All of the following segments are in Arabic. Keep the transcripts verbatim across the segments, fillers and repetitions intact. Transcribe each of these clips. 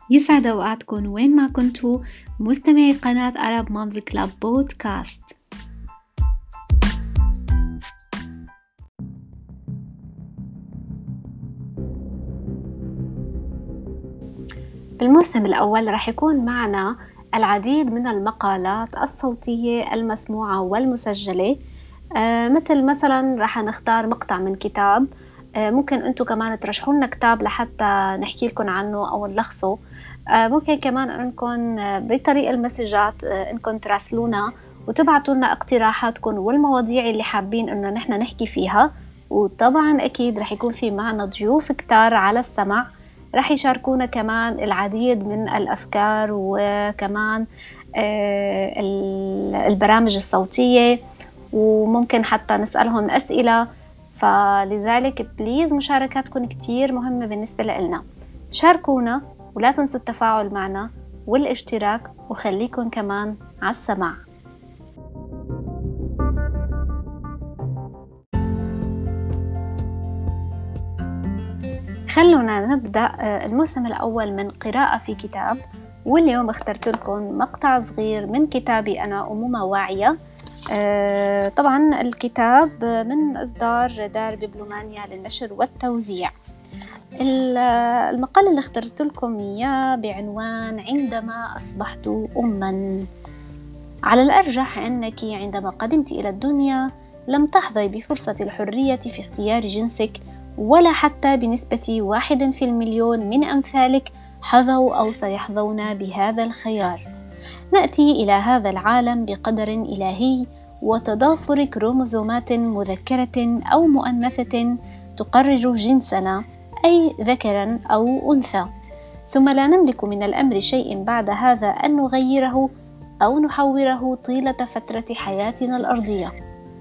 يسعد أوقاتكم وين ما كنتوا مستمعي قناة Arab Moms Club بودكاست. بالموسم الأول رح يكون معنا العديد من المقالات الصوتية المسموعة والمسجلة، آه مثل مثلا رح نختار مقطع من كتاب. آه ممكن أنتوا كمان ترشحوا لنا كتاب لحتى نحكي لكم عنه أو نلخصه. آه ممكن كمان أنكم آه بطريق المسجات آه أنكم تراسلونا وتبعتوا لنا اقتراحاتكم والمواضيع اللي حابين أنه نحن نحكي فيها. وطبعا أكيد رح يكون في معنا ضيوف كتار على السمع، رح يشاركونا كمان العديد من الأفكار وكمان آه البرامج الصوتية، وممكن حتى نسألهم أسئلة. فلذلك بليز مشاركاتكم كتير مهمة بالنسبة لنا. شاركونا ولا تنسوا التفاعل معنا والاشتراك، وخليكم كمان على السمع. خلونا نبدأ الموسم الأول من قراءة في كتاب، واليوم اخترت لكم مقطع صغير من كتابي أنا أمومة واعية. آه طبعا الكتاب من إصدار دار بيبلومانيا للنشر والتوزيع. المقال اللي اخترت لكم إياه بعنوان عندما أصبحت أماً. على الأرجح أنك عندما قدمت إلى الدنيا لم تحظي بفرصة الحرية في اختيار جنسك، ولا حتى بنسبة واحد في المليون من أمثالك حظوا أو سيحظون بهذا الخيار. نأتي إلى هذا العالم بقدر إلهي وتضافر كروموزومات مذكرة أو مؤنثة تقرر جنسنا، أي ذكرا أو أنثى، ثم لا نملك من الأمر شيء بعد هذا أن نغيره أو نحوره طيلة فترة حياتنا الأرضية.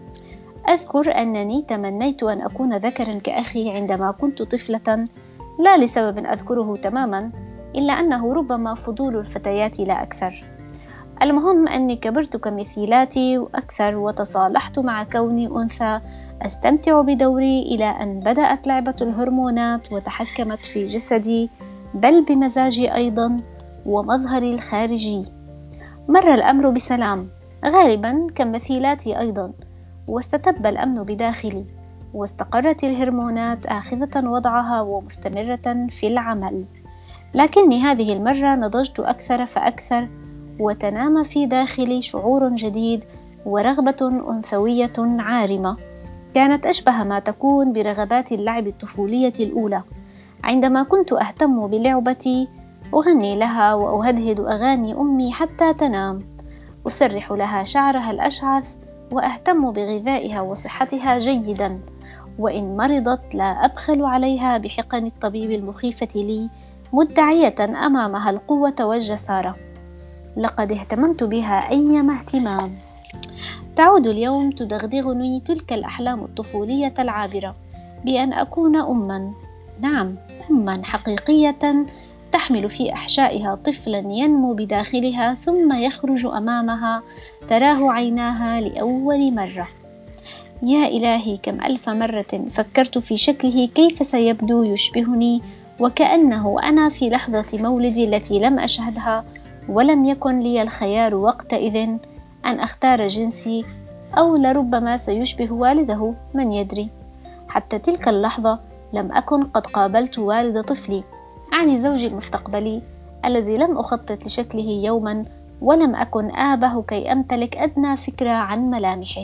أذكر أنني تمنيت أن أكون ذكرا كأخي عندما كنت طفلة، لا لسبب أذكره تماما، إلا أنه ربما فضول الفتيات لا أكثر. المهم أني كبرت كمثيلاتي وأكثر، وتصالحت مع كوني أنثى أستمتع بدوري، إلى أن بدأت لعبة الهرمونات وتحكمت في جسدي، بل بمزاجي أيضا ومظهري الخارجي. مر الأمر بسلام غالبا كمثيلاتي أيضا، واستتب الأمن بداخلي، واستقرت الهرمونات آخذة وضعها ومستمرة في العمل. لكني هذه المرة نضجت أكثر فأكثر، وتنام في داخلي شعور جديد ورغبة أنثوية عارمة، كانت أشبه ما تكون برغبات اللعب الطفولية الأولى. عندما كنت أهتم بلعبتي أغني لها وأهدهد أغاني أمي حتى تنام، أسرح لها شعرها الأشعث وأهتم بغذائها وصحتها جيدا، وإن مرضت لا أبخل عليها بحقن الطبيب المخيفة لي، مدعية أمامها القوة والجسارة. لقد اهتممت بها أيما اهتمام. تعود اليوم تدغدغني تلك الأحلام الطفولية العابرة بأن أكون أما، نعم أما حقيقية تحمل في أحشائها طفلا ينمو بداخلها، ثم يخرج أمامها تراه عيناها لأول مرة. يا إلهي، كم ألف مرة فكرت في شكله كيف سيبدو، يشبهني وكأنه أنا في لحظة مولدي التي لم أشهدها، ولم يكن لي الخيار وقتئذ أن أختار جنسي، أو لربما سيشبه والده، من يدري. حتى تلك اللحظة لم أكن قد قابلت والد طفلي، أعني زوجي المستقبلي الذي لم أخطط لشكله يوما، ولم أكن آبه كي أمتلك أدنى فكرة عن ملامحه.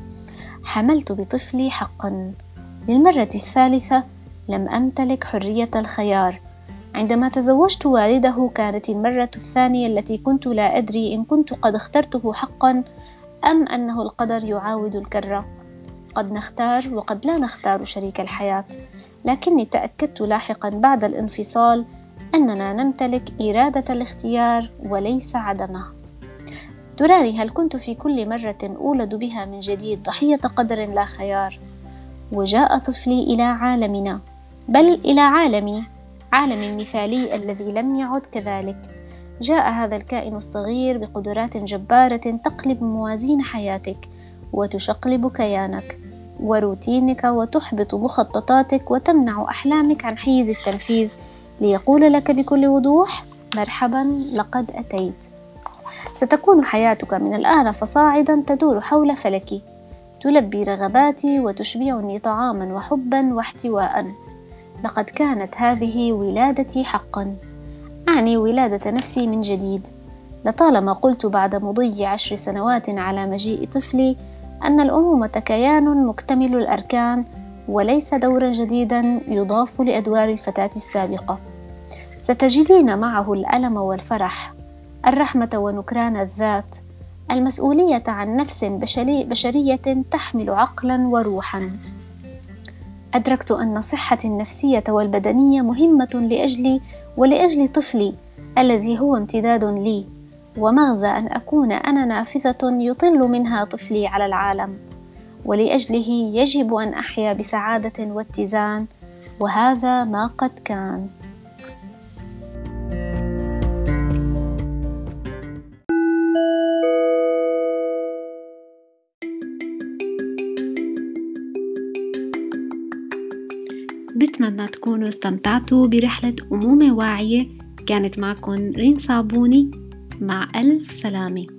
حملت بطفلي حقا. للمرة الثالثة لم أمتلك حرية الخيار. عندما تزوجت والده كانت المرة الثانية التي كنت لا أدري إن كنت قد اخترته حقا، أم أنه القدر يعاود الكرة. قد نختار وقد لا نختار شريك الحياة، لكني تأكدت لاحقا بعد الانفصال أننا نمتلك إرادة الاختيار وليس عدمه. تراني هل كنت في كل مرة أولد بها من جديد ضحية قدر لا خيار؟ وجاء طفلي إلى عالمنا، بل إلى عالمي، عالم مثالي الذي لم يعد كذلك. جاء هذا الكائن الصغير بقدرات جبارة تقلب موازين حياتك، وتشقلب كيانك وروتينك، وتحبط مخططاتك، وتمنع أحلامك عن حيز التنفيذ، ليقول لك بكل وضوح: مرحبا، لقد أتيت. ستكون حياتك من الآن فصاعدا تدور حول فلكي، تلبي رغباتي وتشبعني طعاما وحبا واحتواء. لقد كانت هذه ولادتي حقا، أعني ولادة نفسي من جديد. لطالما قلت بعد مضي عشر سنوات على مجيء طفلي أن الأمومة كيان مكتمل الأركان وليس دورا جديدا يضاف لأدوار الفتاة السابقة. ستجدين معه الألم والفرح، الرحمة ونكران الذات، المسؤولية عن نفس بشرية تحمل عقلا وروحا. أدركت أن صحتي النفسية والبدنية مهمة لأجلي ولأجل طفلي الذي هو امتداد لي، ومغزى أن أكون أنا نافذة يطل منها طفلي على العالم، ولأجله يجب أن أحيا بسعادة واتزان، وهذا ما قد كان. بتمنى تكونوا استمتعتوا برحلة أمومة واعية. كانت معكم ريم صابوني، مع ألف سلامة.